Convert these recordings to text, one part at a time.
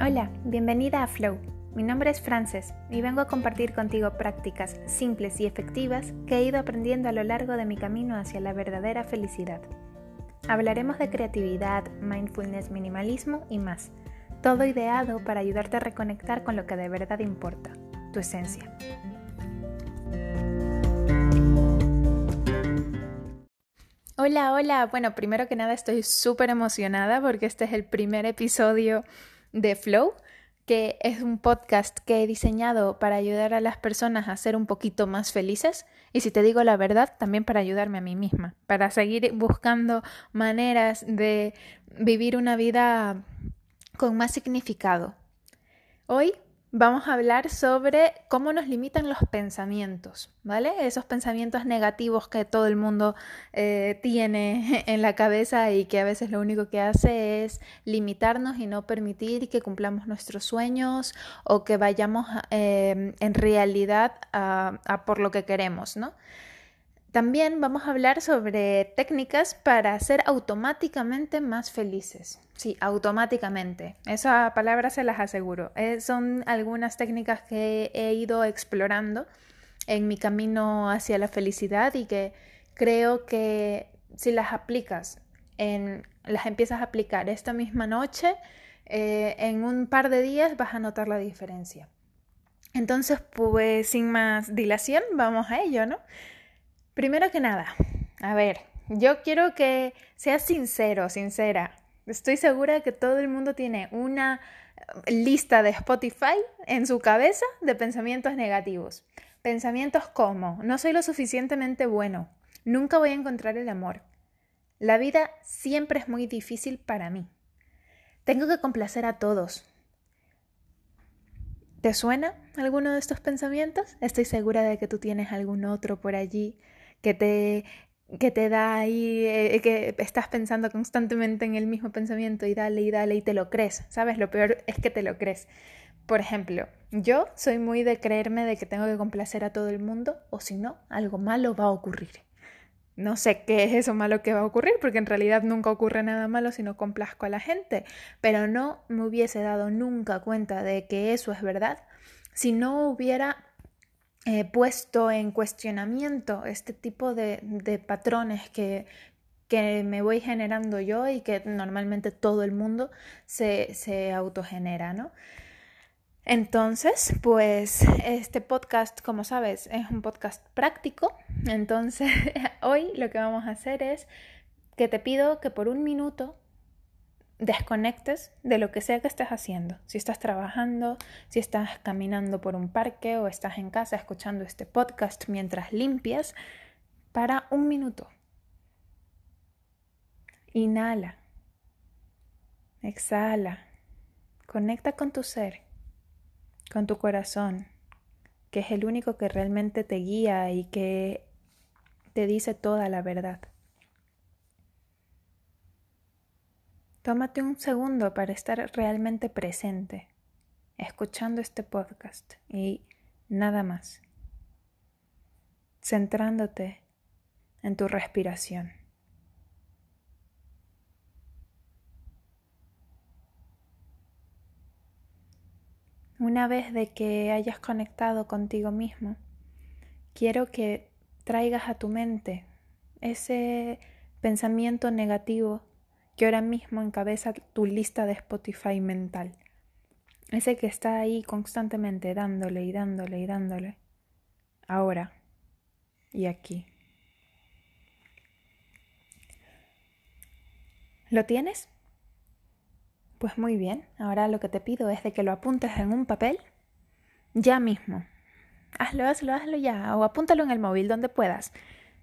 Hola, bienvenida a Flow. Mi nombre es Frances y vengo a compartir contigo prácticas simples y efectivas que he ido aprendiendo a lo largo de mi camino hacia la verdadera felicidad. Hablaremos de creatividad, mindfulness, minimalismo y más. Todo ideado para ayudarte a reconectar con lo que de verdad importa, tu esencia. Hola. Bueno, primero que nada estoy súper emocionada porque este es el primer episodio de Flow, que es un podcast que he diseñado para ayudar a las personas a ser un poquito más felices y, si te digo la verdad, también para ayudarme a mí misma, para seguir buscando maneras de vivir una vida con más significado. Hoy vamos a hablar sobre cómo nos limitan los pensamientos, ¿vale? Esos pensamientos negativos que todo el mundo tiene en la cabeza y que a veces lo único que hace es limitarnos y no permitir que cumplamos nuestros sueños o que vayamos en realidad a por lo que queremos, ¿no? También vamos a hablar sobre técnicas para ser automáticamente más felices. Sí, automáticamente. Esa palabra se las aseguro. Son algunas técnicas que he ido explorando en mi camino hacia la felicidad y que creo que si las las empiezas a aplicar esta misma noche, en un par de días vas a notar la diferencia. Entonces, pues sin más dilación, vamos a ello, ¿no? Primero que nada, a ver, yo quiero que seas sincera. Estoy segura de que todo el mundo tiene una lista de Spotify en su cabeza de pensamientos negativos. Pensamientos como: no soy lo suficientemente bueno, nunca voy a encontrar el amor, la vida siempre es muy difícil para mí, tengo que complacer a todos. ¿Te suena alguno de estos pensamientos? Estoy segura de que tú tienes algún otro por allí que te da ahí, que estás pensando constantemente en el mismo pensamiento y dale y te lo crees, ¿sabes? Lo peor es que te lo crees. Por ejemplo, yo soy muy de creerme de que tengo que complacer a todo el mundo, o si no, algo malo va a ocurrir. No sé qué es eso malo que va a ocurrir, porque en realidad nunca ocurre nada malo si no complazco a la gente, pero no me hubiese dado nunca cuenta de que eso es verdad si no hubiera puesto en cuestionamiento este tipo de patrones que me voy generando yo y que normalmente todo el mundo se autogenera, ¿no? Entonces, pues este podcast, como sabes, es un podcast práctico. Entonces, hoy lo que vamos a hacer es que te pido que por un minuto desconectes de lo que sea que estés haciendo. Si estás trabajando, si estás caminando por un parque o estás en casa escuchando este podcast mientras limpias, para un minuto. Inhala, exhala, conecta con tu ser, con tu corazón, que es el único que realmente te guía y que te dice toda la verdad. Tómate un segundo para estar realmente presente, escuchando este podcast y nada más, centrándote en tu respiración. Una vez de que hayas conectado contigo mismo, quiero que traigas a tu mente ese pensamiento negativo que ahora mismo encabeza tu lista de Spotify mental. Ese que está ahí constantemente dándole. Ahora y aquí. ¿Lo tienes? Pues muy bien, ahora lo que te pido es de que lo apuntes en un papel ya mismo. Hazlo ya, o apúntalo en el móvil, donde puedas.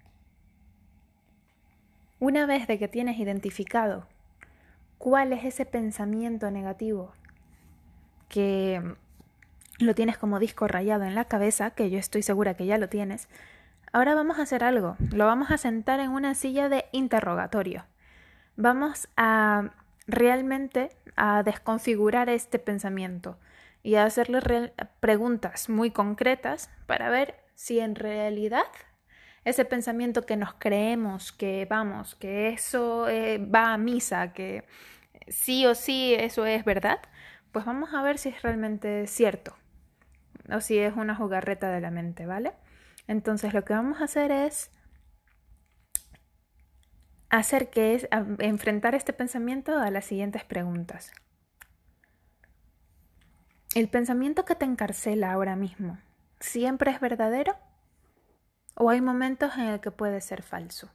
Una vez de que tienes identificado cuál es ese pensamiento negativo que lo tienes como disco rayado en la cabeza, que yo estoy segura que ya lo tienes, ahora vamos a hacer algo. Lo vamos a sentar en una silla de interrogatorio. Vamos a realmente a desconfigurar este pensamiento y a hacerle preguntas muy concretas para ver si en realidad ese pensamiento que nos creemos, que eso va a misa, que sí o sí eso es verdad, pues vamos a ver si es realmente cierto o si es una jugarreta de la mente, ¿vale? Entonces lo que vamos a hacer es enfrentar este pensamiento a las siguientes preguntas. ¿El pensamiento que te encarcela ahora mismo siempre es verdadero? ¿O hay momentos en el que puede ser falso?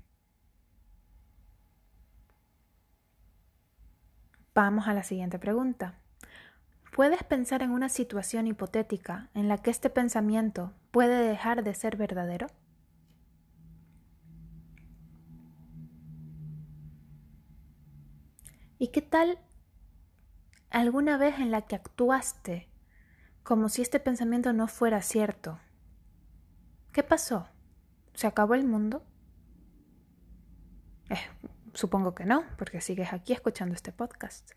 Vamos a la siguiente pregunta. ¿Puedes pensar en una situación hipotética en la que este pensamiento puede dejar de ser verdadero? ¿Y qué tal alguna vez en la que actuaste como si este pensamiento no fuera cierto? ¿Qué pasó? ¿Se acabó el mundo? Supongo que no, porque sigues aquí escuchando este podcast.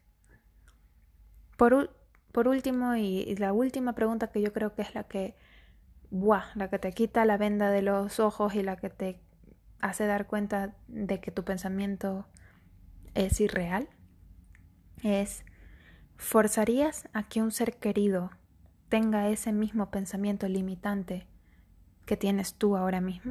Por último, y la última pregunta que yo creo que es la que te quita la venda de los ojos y la que te hace dar cuenta de que tu pensamiento es irreal, es: ¿forzarías a que un ser querido tenga ese mismo pensamiento limitante que tienes tú ahora mismo?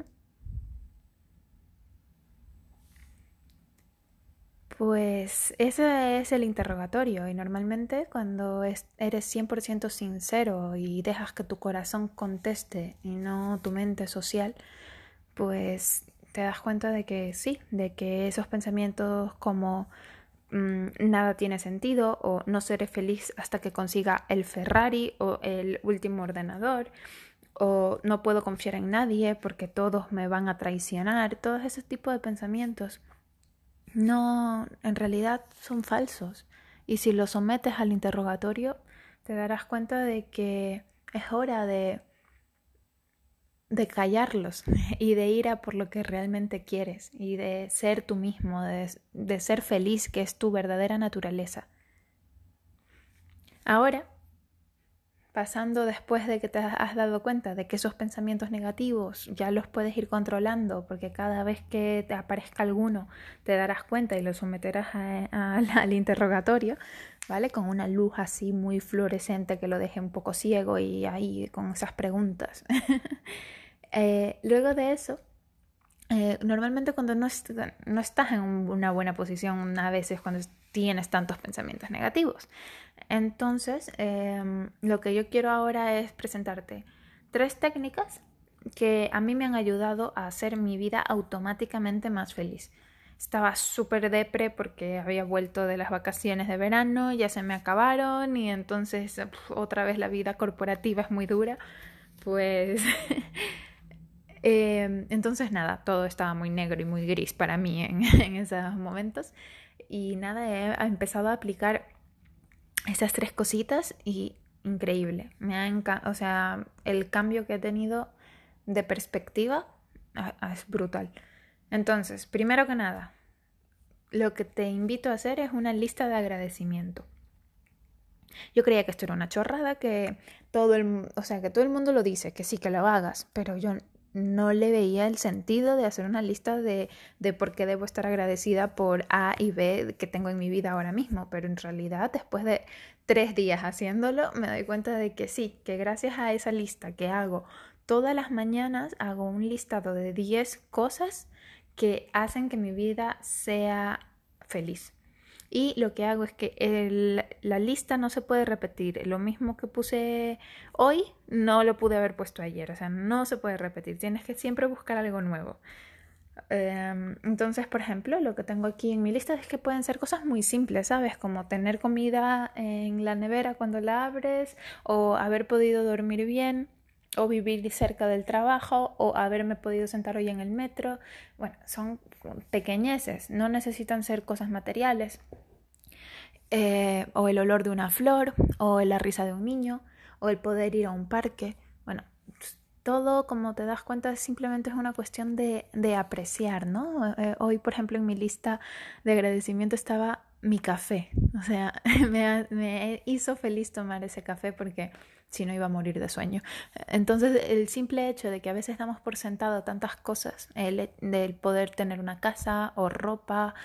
Pues ese es el interrogatorio, y normalmente cuando eres 100% sincero y dejas que tu corazón conteste y no tu mente social, pues te das cuenta de que sí, de que esos pensamientos como nada tiene sentido, o no seré feliz hasta que consiga el Ferrari o el último ordenador, o no puedo confiar en nadie porque todos me van a traicionar, todos esos tipos de pensamientos no, en realidad son falsos. Y si los sometes al interrogatorio, te darás cuenta de que es hora de callarlos y de ir a por lo que realmente quieres y de ser tú mismo, de ser feliz, que es tu verdadera naturaleza. Ahora, pasando después de que te has dado cuenta de que esos pensamientos negativos ya los puedes ir controlando, porque cada vez que te aparezca alguno te darás cuenta y lo someterás al interrogatorio, ¿vale? Con una luz así muy fluorescente que lo deje un poco ciego y ahí con esas preguntas. Luego de eso, normalmente cuando no estás en una buena posición, a veces cuando tienes tantos pensamientos negativos. Entonces, lo que yo quiero ahora es presentarte 3 técnicas que a mí me han ayudado a hacer mi vida automáticamente más feliz. Estaba súper depre porque había vuelto de las vacaciones de verano, ya se me acabaron y entonces otra vez la vida corporativa es muy dura. Pues entonces nada, todo estaba muy negro y muy gris para mí en esos momentos. Y nada, he empezado a aplicar esas 3 cositas y increíble. O sea, el cambio que he tenido de perspectiva es brutal. Entonces, primero que nada, lo que te invito a hacer es una lista de agradecimiento. Yo creía que esto era una chorrada, que todo el mundo lo dice, que sí, que lo hagas, pero yo no le veía el sentido de hacer una lista de por qué debo estar agradecida por A y B que tengo en mi vida ahora mismo. Pero en realidad, después de 3 días haciéndolo, me doy cuenta de que sí, que gracias a esa lista que hago todas las mañanas, hago un listado de 10 cosas que hacen que mi vida sea feliz. Y lo que hago es que la lista no se puede repetir. Lo mismo que puse hoy, no lo pude haber puesto ayer. O sea, no se puede repetir. Tienes que siempre buscar algo nuevo. Entonces, por ejemplo, lo que tengo aquí en mi lista es que pueden ser cosas muy simples, ¿sabes? Como tener comida en la nevera cuando la abres, o haber podido dormir bien, o vivir cerca del trabajo, o haberme podido sentar hoy en el metro. Bueno, son pequeñeces, no necesitan ser cosas materiales. O el olor de una flor, o la risa de un niño, o el poder ir a un parque. Bueno, todo, como te das cuenta, simplemente es una cuestión de apreciar, ¿no? Hoy, por ejemplo, en mi lista de agradecimiento estaba mi café. O sea, me hizo feliz tomar ese café porque si no iba a morir de sueño. Entonces, el simple hecho de que a veces damos por sentado tantas cosas, del poder tener una casa o ropa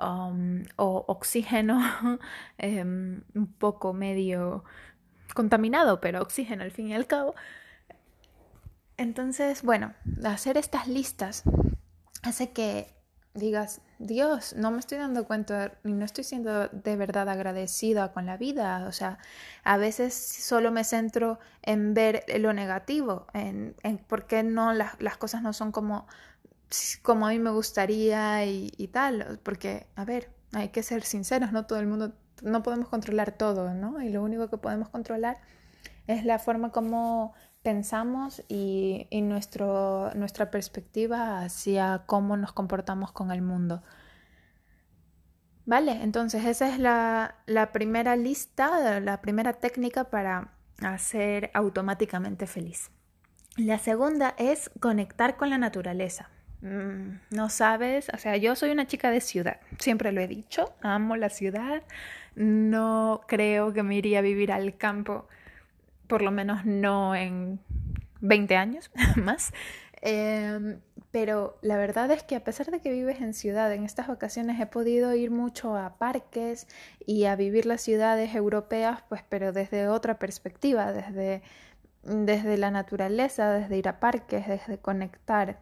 o oxígeno un poco medio contaminado, pero oxígeno al fin y al cabo. Entonces, bueno, hacer estas listas hace que digas, Dios, no me estoy dando cuenta y no estoy siendo de verdad agradecida con la vida. O sea, a veces solo me centro en ver lo negativo, en por qué no las cosas no son como a mí me gustaría y tal. Porque, a ver, hay que ser sinceros, no todo el mundo, no podemos controlar todo, ¿no? Y lo único que podemos controlar es la forma como pensamos y nuestra perspectiva hacia cómo nos comportamos con el mundo. Vale, entonces esa es la primera lista, la primera técnica para hacer automáticamente feliz. La segunda es conectar con la naturaleza. No sabes, o sea, yo soy una chica de ciudad, siempre lo he dicho, amo la ciudad, no creo que me iría a vivir al campo, por lo menos no en 20 años más. Pero la verdad es que a pesar de que vives en ciudad, en estas vacaciones he podido ir mucho a parques y a vivir las ciudades europeas, pues pero desde otra perspectiva, desde la naturaleza, desde ir a parques, desde conectar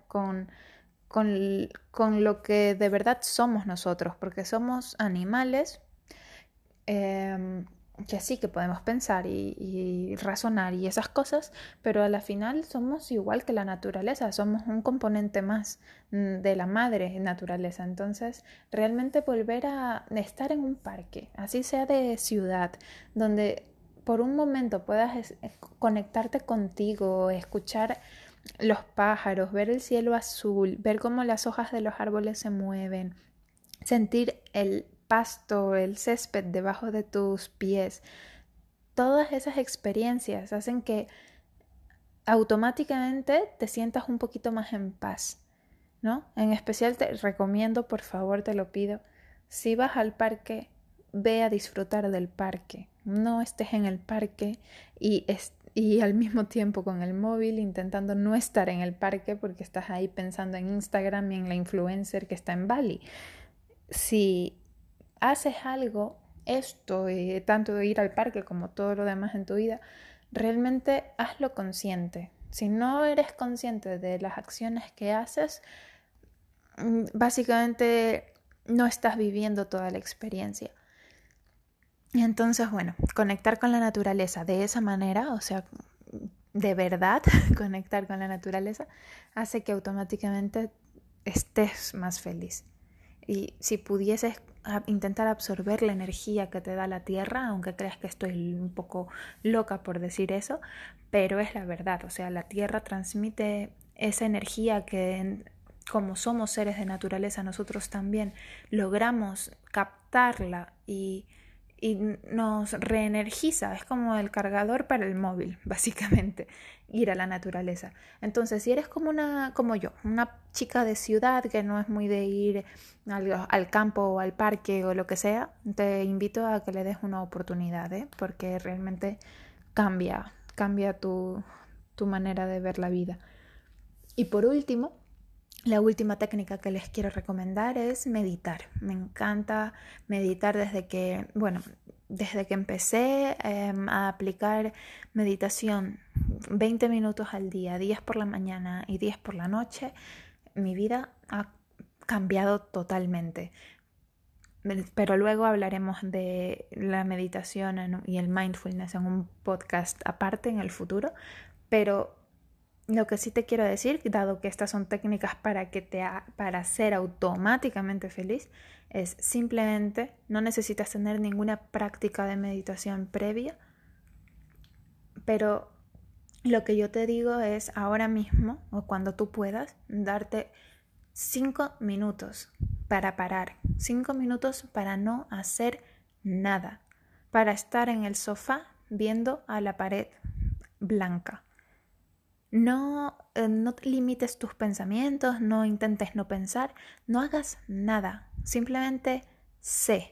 con lo que de verdad somos nosotros, porque somos animales que sí, que podemos pensar y razonar y esas cosas, pero a la final somos igual que la naturaleza, somos un componente más de la madre naturaleza. Entonces, realmente volver a estar en un parque, así sea de ciudad, donde por un momento puedas conectarte contigo, escuchar los pájaros, ver el cielo azul, ver cómo las hojas de los árboles se mueven, sentir el pasto, el césped debajo de tus pies. Todas esas experiencias hacen que automáticamente te sientas un poquito más en paz, ¿no? En especial te recomiendo, por favor, te lo pido, si vas al parque, ve a disfrutar del parque. No estés en el parque y al mismo tiempo con el móvil intentando no estar en el parque porque estás ahí pensando en Instagram y en la influencer que está en Bali. Si haces algo, esto, tanto de ir al parque como todo lo demás en tu vida, realmente hazlo consciente. Si no eres consciente de las acciones que haces, básicamente no estás viviendo toda la experiencia. Y entonces, bueno, conectar con la naturaleza de esa manera, o sea, de verdad conectar con la naturaleza, hace que automáticamente estés más feliz. Y si pudieses intentar absorber la energía que te da la tierra, aunque creas que estoy un poco loca por decir eso, pero es la verdad, o sea, la tierra transmite esa energía que como somos seres de naturaleza nosotros también logramos captarla y nos reenergiza, es como el cargador para el móvil, básicamente, ir a la naturaleza. Entonces, si eres como yo, una chica de ciudad que no es muy de ir al campo o al parque o lo que sea, te invito a que le des una oportunidad, porque realmente cambia tu manera de ver la vida. Y por último, la última técnica que les quiero recomendar es meditar. Me encanta meditar desde que empecé a aplicar meditación 20 minutos al día, 10 por la mañana y 10 por la noche. Mi vida ha cambiado totalmente. Pero luego hablaremos de la meditación y el mindfulness en un podcast aparte en el futuro. Pero lo que sí te quiero decir, dado que estas son técnicas para ser automáticamente feliz, es simplemente no necesitas tener ninguna práctica de meditación previa, pero lo que yo te digo es ahora mismo o cuando tú puedas darte 5 minutos para parar, 5 minutos para no hacer nada, para estar en el sofá viendo a la pared blanca. No te limites tus pensamientos, no intentes no pensar, no hagas nada, simplemente sé.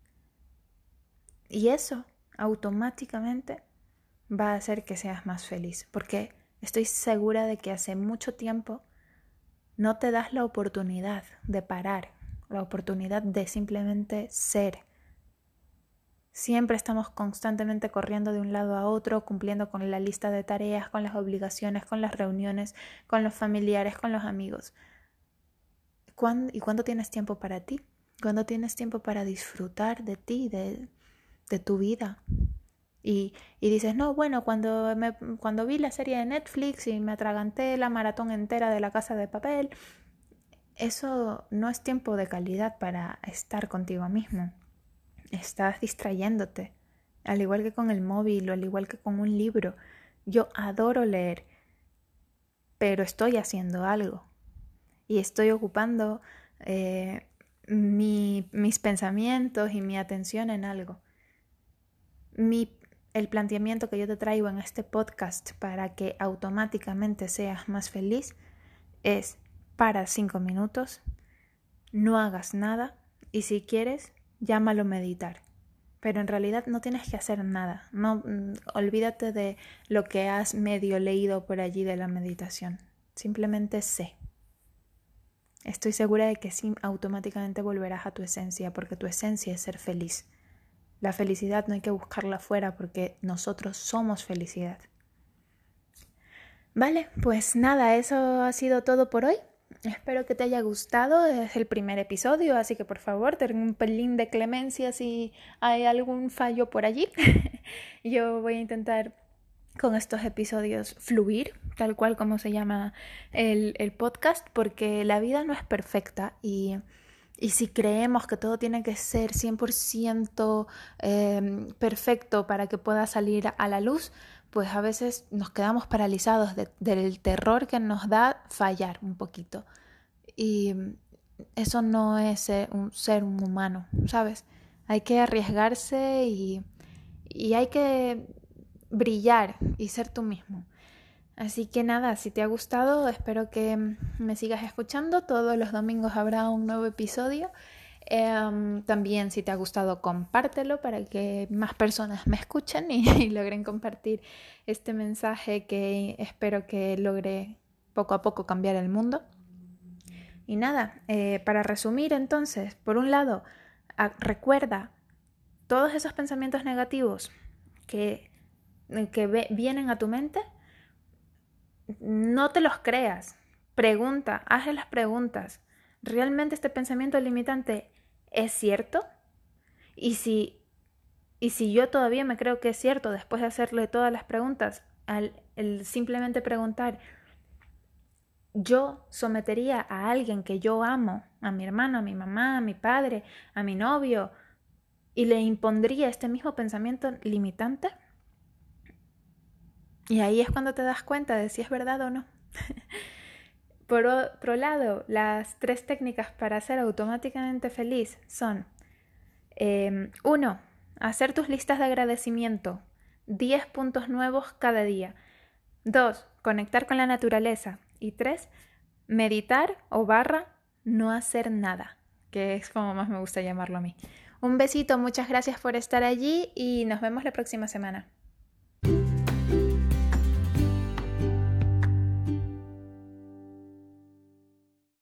Y eso automáticamente va a hacer que seas más feliz, porque estoy segura de que hace mucho tiempo no te das la oportunidad de parar la oportunidad de simplemente ser. Siempre estamos constantemente corriendo de un lado a otro, cumpliendo con la lista de tareas, con las obligaciones, con las reuniones, con los familiares, con los amigos. ¿Y cuándo tienes tiempo para ti? ¿Cuándo tienes tiempo para disfrutar de ti, de tu vida? Y dices, no, bueno, cuando vi la serie de Netflix y me atraganté la maratón entera de La Casa de Papel, eso no es tiempo de calidad para estar contigo mismo. Estás distrayéndote, al igual que con el móvil o al igual que con un libro. Yo adoro leer, pero estoy haciendo algo y estoy ocupando mis pensamientos y mi atención en algo. El planteamiento que yo te traigo en este podcast para que automáticamente seas más feliz es: para 5 minutos, no hagas nada y si quieres, llámalo meditar. Pero en realidad no tienes que hacer nada. No, olvídate de lo que has medio leído por allí de la meditación. Simplemente sé. Estoy segura de que sí, automáticamente volverás a tu esencia, porque tu esencia es ser feliz. La felicidad no hay que buscarla afuera porque nosotros somos felicidad. Vale, pues nada, eso ha sido todo por hoy. Espero que te haya gustado. Es el primer episodio, así que por favor, ten un pelín de clemencia si hay algún fallo por allí. Yo voy a intentar con estos episodios fluir, tal cual como se llama el podcast, porque la vida no es perfecta y si creemos que todo tiene que ser 100% perfecto para que pueda salir a la luz, pues a veces nos quedamos paralizados del terror que nos da fallar un poquito. Y eso no es ser un humano, ¿sabes? Hay que arriesgarse y hay que brillar y ser tú mismo. Así que nada, si te ha gustado, espero que me sigas escuchando. Todos los domingos habrá un nuevo episodio. También si te ha gustado, compártelo para que más personas me escuchen y logren compartir este mensaje que espero que logre poco a poco cambiar el mundo. Y nada, para resumir entonces, por un lado, recuerda todos esos pensamientos negativos que vienen a tu mente. No te los creas, pregunta, hazle las preguntas. ¿Realmente este pensamiento limitante es cierto? Y si yo todavía me creo que es cierto después de hacerle todas las preguntas, el simplemente preguntar, yo sometería a alguien que yo amo, a mi hermano, a mi mamá, a mi padre, a mi novio, y le impondría este mismo pensamiento limitante. Y ahí es cuando te das cuenta de si es verdad o no. Por otro lado, las 3 técnicas para ser automáticamente feliz son 1. Hacer tus listas de agradecimiento, 10 puntos nuevos cada día. 2. Conectar con la naturaleza. Y 3. Meditar o no hacer nada, que es como más me gusta llamarlo a mí. Un besito, muchas gracias por estar allí y nos vemos la próxima semana.